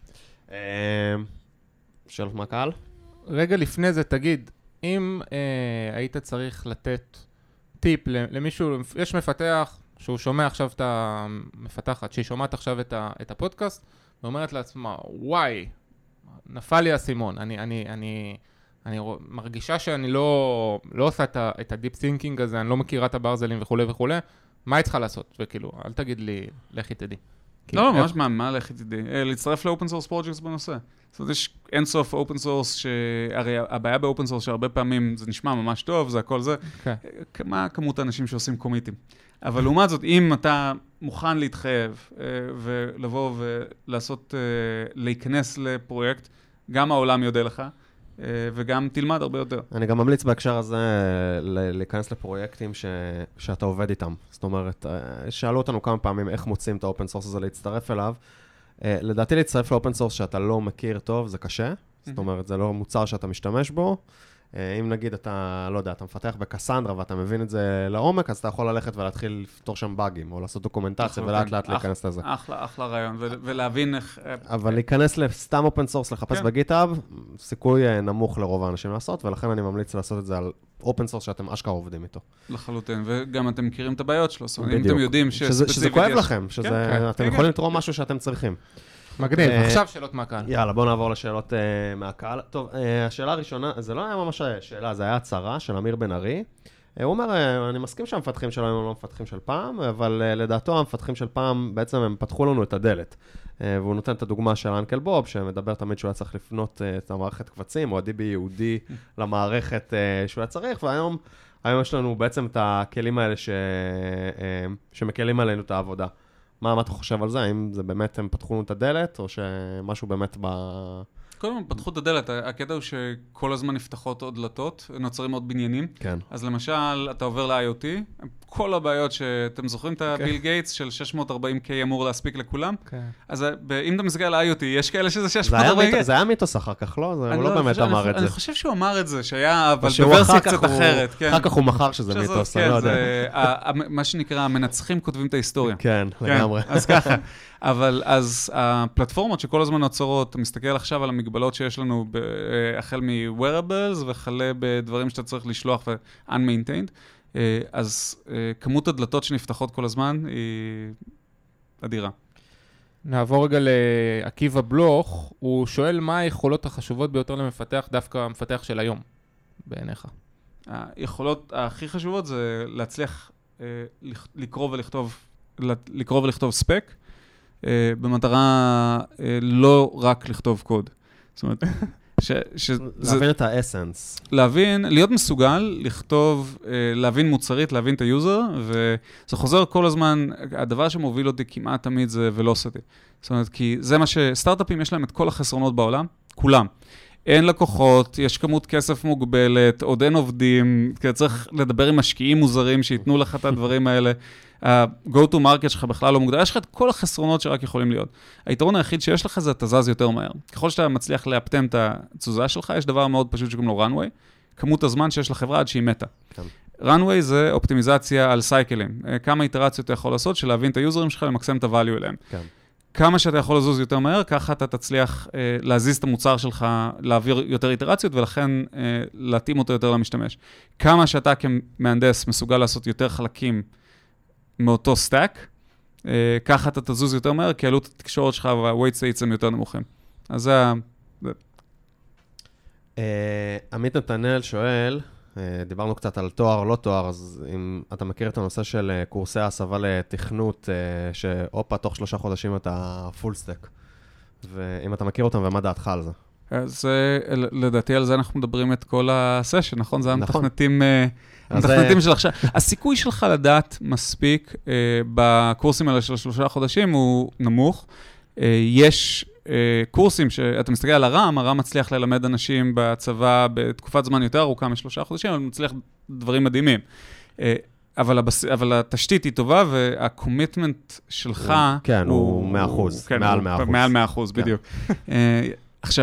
שאלות מהקהל? רגע לפני זה, תגיד, אם אה, היית צריך לתת טיפ למישהו, יש מפתח שהוא שומע עכשיו את המפתחת, שהיא שומעת עכשיו את, ה, את הפודקאסט, ואומרת לעצמה, וואי, נפל לי הסימון, אני, אני, אני, אני מרגישה שאני לא, לא עושה את, ה, את הדיפ תינקינג הזה, אני לא מכירה את הברזלים וכו' וכו', מה היא צריכה לעשות? וכאילו, אל תגיד לי, לכי תדעי. לא, ממש מה, מה לכי תדעי? להצטרף לאופן סורס פרויקטס בנושא. זאת אומרת, יש אינסוף אופן סורס, שהרי הבעיה באופן סורס שהרבה פעמים זה נשמע ממש טוב, זה הכל זה. מה כמות האנשים שעושים קומיטים? אבל לעומת זאת, אם אתה מוכן להתחייב ולבוא ולעשות, להיכנס לפרויקט, גם העולם יודע לך, וגם תלמד הרבה יותר. אני גם ממליץ בהקשר הזה להיכנס לפרויקטים ש... שאתה עובד איתם. זאת אומרת, שאלו אותנו כמה פעמים איך מוצאים את האופן סורס הזה להצטרף אליו. לדעתי להצטרף לאופן סורס שאתה לא מכיר טוב, זה קשה. זאת אומרת, זה לא מוצר שאתה משתמש בו. אם נגיד אתה, לא יודע, אתה מפתח בקסנדרה ואתה מבין את זה לעומק, אז אתה יכול ללכת ולהתחיל לפתור שם באגים, או לעשות דוקומנטציה ולאט לאט להיכנס לזה. אחלה, אחלה רעיון, ולהבין איך... אבל להיכנס לסתם אופן סורס, לחפש בגיטהאב, סיכוי נמוך לרוב האנשים לעשות, ולכן אני ממליץ לעשות את זה על אופן סורס שאתם אשכרה עובדים איתו. לחלוטין, וגם אתם מכירים את הבעיות שלו, אם אתם יודעים שספציפית... שזה כואב לכם, שאתם יכולים לתרום משהו שאתם צריכים. מגניב, עכשיו שאלות מהקהל. יאללה, בואו נעבור לשאלות מהקהל. טוב, השאלה הראשונה, זה לא היה ממש שאלה, זה היה הצהרה של אמיר בן ארי. הוא אומר, אני מסכים שהמפתחים שלנו הם לא מפתחים של פעם, אבל לדעתו המפתחים של פעם בעצם הם פתחו לנו את הדלת. והוא נותן את הדוגמה של אנקל בוב, שמדבר תמיד שהוא היה צריך לפנות את המערכת קבצים, או ה-די בי ייעודי למערכת שהוא היה צריך, והיום היום יש לנו בעצם את הכלים האלה ש... שמקלים עלינו את העבודה. מה, מה אתה חושב על זה? האם זה באמת הם פתחו לנו את הדלת, או שמשהו באמת ב... קודם כל, פתחו את הדלת. הקטע הוא שכל הזמן נפתחות עוד דלתות, נוצרים עוד בניינים. כן. אז למשל, אתה עובר ל-איי או טי, כל הבעיות שאתם זוכרים את הביל גייטס של שש מאות וארבעים קיי אמור להספיק לכולם. אז אם אתה מסתכל על-איי או טי, יש כאלה שזה שש מאות וארבעים קיי. זה היה מיתוס אחר כך, לא? הוא לא באמת אמר את זה. אני חושב שהוא אמר את זה, שהיה, אבל בוורסיה קצת אחרת. אחר כך הוא מכר שזה מיתוס, אני לא יודע. מה שנקרא, המנצחים כותבים את ההיסטוריה. כן, לגמרי. אז ככה. אבל אז הפלטפורמות שכל הזמן נוצרות, אתה מסתכל עכשיו על המגבלות שיש לנו החל מ-wearables וכלה בדברים שאתה צריך לשלוח ו-unmaintained, אז כמות הדלתות שנפתחות כל הזמן היא אדירה. נעבור רגע לעקיבא בלוך, הוא שואל מה היכולות החשובות ביותר למפתח, דווקא המפתח של היום, בעיניך. היכולות הכי חשובות זה להצליח לקרוא ולכתוב, לקרוא ולכתוב ספק, במטרה לא רק לכתוב קוד. זאת אומרת, להבין את האסנס. להבין, להיות מסוגל, לכתוב, להבין מוצרית, להבין את היוזר, וזה חוזר כל הזמן, הדבר שמוביל אותי כמעט תמיד זה ולוסיטי. זאת אומרת, כי זה מה שסטארט-אפים יש להם את כל החסרונות בעולם, כולם. אין לקוחות, יש כמות כסף מוגבלת, עוד אין עובדים, צריך לדבר עם משקיעים מוזרים שיתנו לך את הדברים האלה, ה-go to market שלך בכלל לא מוגדר, יש לך את כל החסרונות שרק יכולים להיות. היתרון היחיד שיש לך זה אתה זז יותר מהר. ככל שאתה מצליח לאפטם את התזוזה שלך, יש דבר מאוד פשוט שקוראים לו runway, כמות הזמן שיש לחברה עד שהיא מתה. כן. runway זה אופטימיזציה על סייקלים. כמה איטרציות אתה יכול לעשות, שלהבין את היוזרים שלך, למקסם את ה-value אליהם. כן. כמה שאתה יכול לזוז יותר מהר, ככה אתה תצליח אה, להזיז את המוצר שלך, להעביר יותר איטרציות, ולכן אה, להתאים אותו יותר למשתמש. כמה שאתה כמהנדס מסוגל לעשות יותר חלקים מאותו סטאק, אה, ככה אתה תזוז יותר מהר, כי עלות התקשורת שלך וה-weight states הם יותר נמוכים. אז זה ה... אה, עמית נתנאל שואל, דיברנו קצת על תואר, לא תואר, אז אם אתה מכיר את הנושא של קורסי הסבה לתכנות, שאופה, תוך שלושה חודשים אתה פול סטק, ואם אתה מכיר אותם, ומה דעתך על זה? אז לדעתי על זה אנחנו מדברים את כל הסשן, נכון? זה המתכנתים של עכשיו. הסיכוי שלך לדעת מספיק בקורסים האלה של שלושה חודשים הוא נמוך. יש קורסים שאתה מסתכל על הרם, הרם מצליח ללמד אנשים בצבא בתקופת זמן יותר ארוכה משלושה חודשים, אבל מצליח דברים מדהימים. אבל, הבס... אבל התשתית היא טובה, והקומיטמנט שלך... כן, הוא, הוא מאה אחוז, כן, מעל מאה אחוז. מעל מאה אחוז, כן. בדיוק. עכשיו,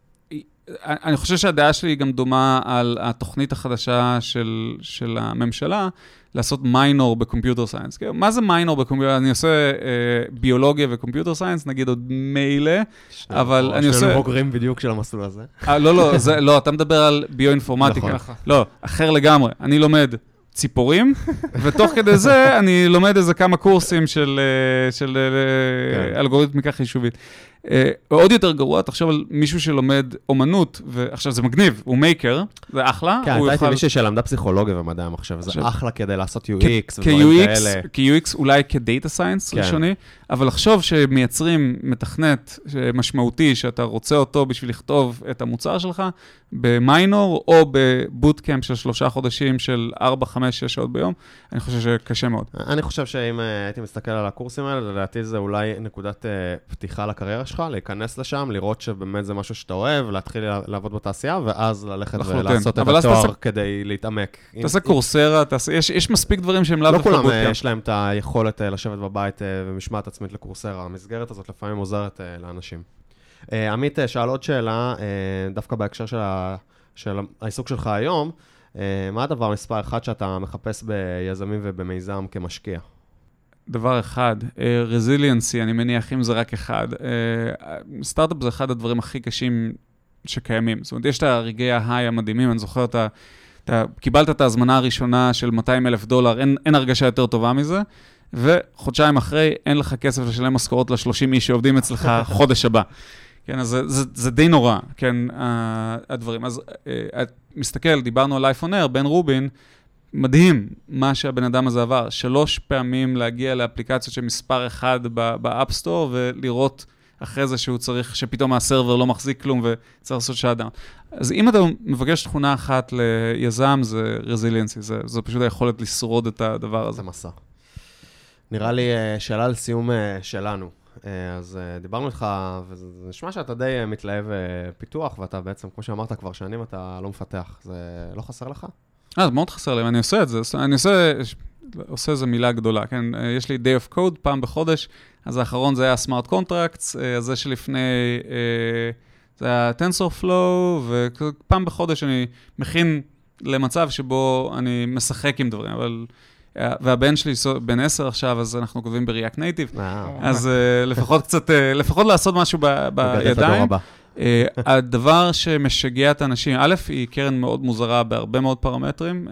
אני חושב שהדעה שלי גם דומה על התוכנית החדשה של, של הממשלה, לעשות מיינור בקומפיוטר סיינס. מה זה מיינור בקומפיוטר? אני עושה אה, ביולוגיה וקומפיוטר סיינס, נגיד עוד מילא, אבל אני עושה... שנינו בוגרים בדיוק של המסלול הזה. 아, לא, לא, זה, לא, אתה מדבר על ביואינפורמטיקה. נכון. לא, אחר לגמרי. אני לומד ציפורים, ותוך כדי זה אני לומד איזה כמה קורסים של, של כן. אלגוריתמיקה חישובית. עוד יותר גרוע, תחשוב על מישהו שלומד אומנות, ועכשיו זה מגניב, הוא מייקר, זה אחלה. כן, אתה הייתי מישהו שלמדה פסיכולוגיה ומדעי המחשב, זה אחלה כדי לעשות יו אקס ודברים כאלה. כ-יו אקס אולי כדאטה סיינס ראשוני, אבל לחשוב שמייצרים מתכנת משמעותי, שאתה רוצה אותו בשביל לכתוב את המוצר שלך, במיינור או בבוטקאמפ של שלושה חודשים של ארבע, חמש, שש שעות ביום, אני חושב שקשה מאוד. אני חושב שאם הייתי מסתכל על הקורסים האלה, לדעתי זה אולי נקודת פתיחה לקריירה שלך, להיכנס לשם, לראות שבאמת זה משהו שאתה אוהב, להתחיל לעבוד בתעשייה, ואז ללכת ולעשות את התואר כדי להתעמק. תעשה קורסרה, יש מספיק דברים שהם לאו דווקא בוטקאמפ. לא כולם יש להם את היכולת לשבת בבית ומשמעת עצמית לקורסרה. המסגרת הזאת לפעמים עוזרת לאנשים. עמית שאל עוד שאלה, דווקא בהקשר של העיסוק שלך היום, מה הדבר מספר אחד שאתה מחפש ביזמים ובמיזם כמשקיע? דבר אחד, רזיליאנסי, אני מניח אם זה רק אחד. סטארט-אפ זה אחד הדברים הכי קשים שקיימים. זאת אומרת, יש את הרגעי ההיי המדהימים, אני זוכר, אתה, אתה קיבלת את ההזמנה הראשונה של מאתיים אלף דולר, אין, אין הרגשה יותר טובה מזה, וחודשיים אחרי אין לך כסף לשלם משכורות ל-שלושים איש שעובדים אצלך חודש הבא. כן, אז זה, זה, זה די נורא, כן, הדברים. אז את מסתכל, דיברנו על אייפון אייר, בן רובין, מדהים מה שהבן אדם הזה עבר. שלוש פעמים להגיע לאפליקציות של מספר אחד באפסטור, ולראות אחרי זה שהוא צריך, שפתאום הסרבר לא מחזיק כלום, וצריך לעשות שעדם. אז אם אתה מבקש תכונה אחת ליזם, זה רזיליאנסי, זה, זה פשוט היכולת לשרוד את הדבר הזה. זה מסע. נראה לי שאלה לסיום שלנו. אז דיברנו איתך, וזה נשמע שאתה די מתלהב פיתוח, ואתה בעצם, כמו שאמרת כבר שנים, אתה לא מפתח. זה לא חסר לך? אה, זה מאוד חסר לי, אני עושה את זה. אני עושה, עושה איזו מילה גדולה, כן? יש לי day of code פעם בחודש, אז האחרון זה היה smart contracts, אז זה שלפני, זה היה TensorFlow, ופעם בחודש אני מכין למצב שבו אני משחק עם דברים, אבל... והבן שלי, בן עשר עכשיו, אז אנחנו כותבים ב-React Native, אז לפחות קצת, לפחות לעשות משהו בידיים. הדבר שמשגע את האנשים, א', היא קרן מאוד מוזרה בהרבה מאוד פרמטרים,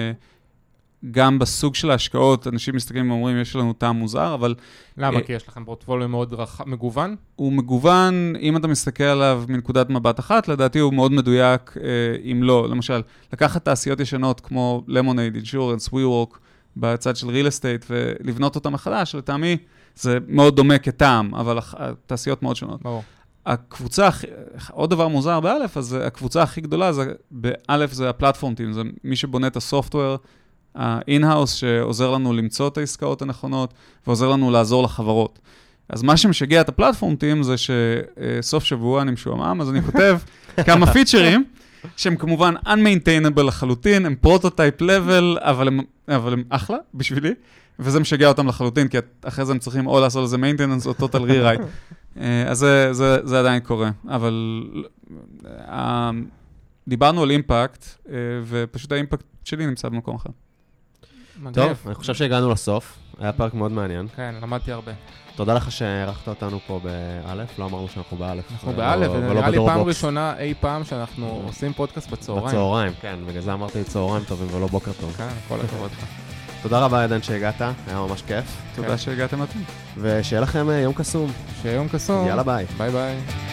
גם בסוג של ההשקעות, אנשים מסתכלים ואומרים, יש לנו טעם מוזר, אבל... למה? כי יש לכם פורטפוליו מאוד מגוון? הוא מגוון, אם אתה מסתכל עליו מנקודת מבט אחת, לדעתי הוא מאוד מדויק, אם לא. למשל, לקחת תעשיות ישנות כמו Lemonade, Insurance, WeWork, בצד של real estate, ולבנות אותם מחדש, לטעמי, זה מאוד דומה כטעם, אבל התעשיות מאוד שונות. ברור. הקבוצה, עוד דבר מוזר באלף, אז הקבוצה הכי גדולה, זה, באלף זה הפלטפורם טים, זה מי שבונה את הסופטוור, ה-in-house שעוזר לנו למצוא את העסקאות הנכונות, ועוזר לנו לעזור לחברות. אז מה שמשגע את הפלטפורם טים, זה שסוף שבוע אני משועמם, אז אני כותב כמה פיצ'רים, שהם כמובן unmaintainable לחלוטין, הם פרוטוטייפ לבל, אבל הם, אבל הם אחלה בשבילי, וזה משגע אותם לחלוטין, כי אחרי זה הם צריכים או לעשות איזה maintenance או total rewrite. אז זה, זה, זה עדיין קורה, אבל דיברנו על אימפקט, ופשוט האימפקט שלי נמצא במקום אחר. טוב, אני חושב שהגענו לסוף, היה פרק מאוד מעניין. כן, למדתי הרבה. תודה לך שערכת אותנו פה באלף, לא אמרנו שאנחנו באלף. אנחנו באלף, ונראה לי פעם ראשונה אי פעם שאנחנו עושים פודקאסט בצהריים. בצהריים, כן, בגלל זה אמרתי צהריים טובים ולא בוקר טוב. כן, כל הכבוד לך. תודה רבה עדן שהגעת, היה ממש כיף. תודה שהגעתם אותי. ושיהיה לכם יום קסום. שיהיה יום קסום. יאללה ביי. ביי ביי.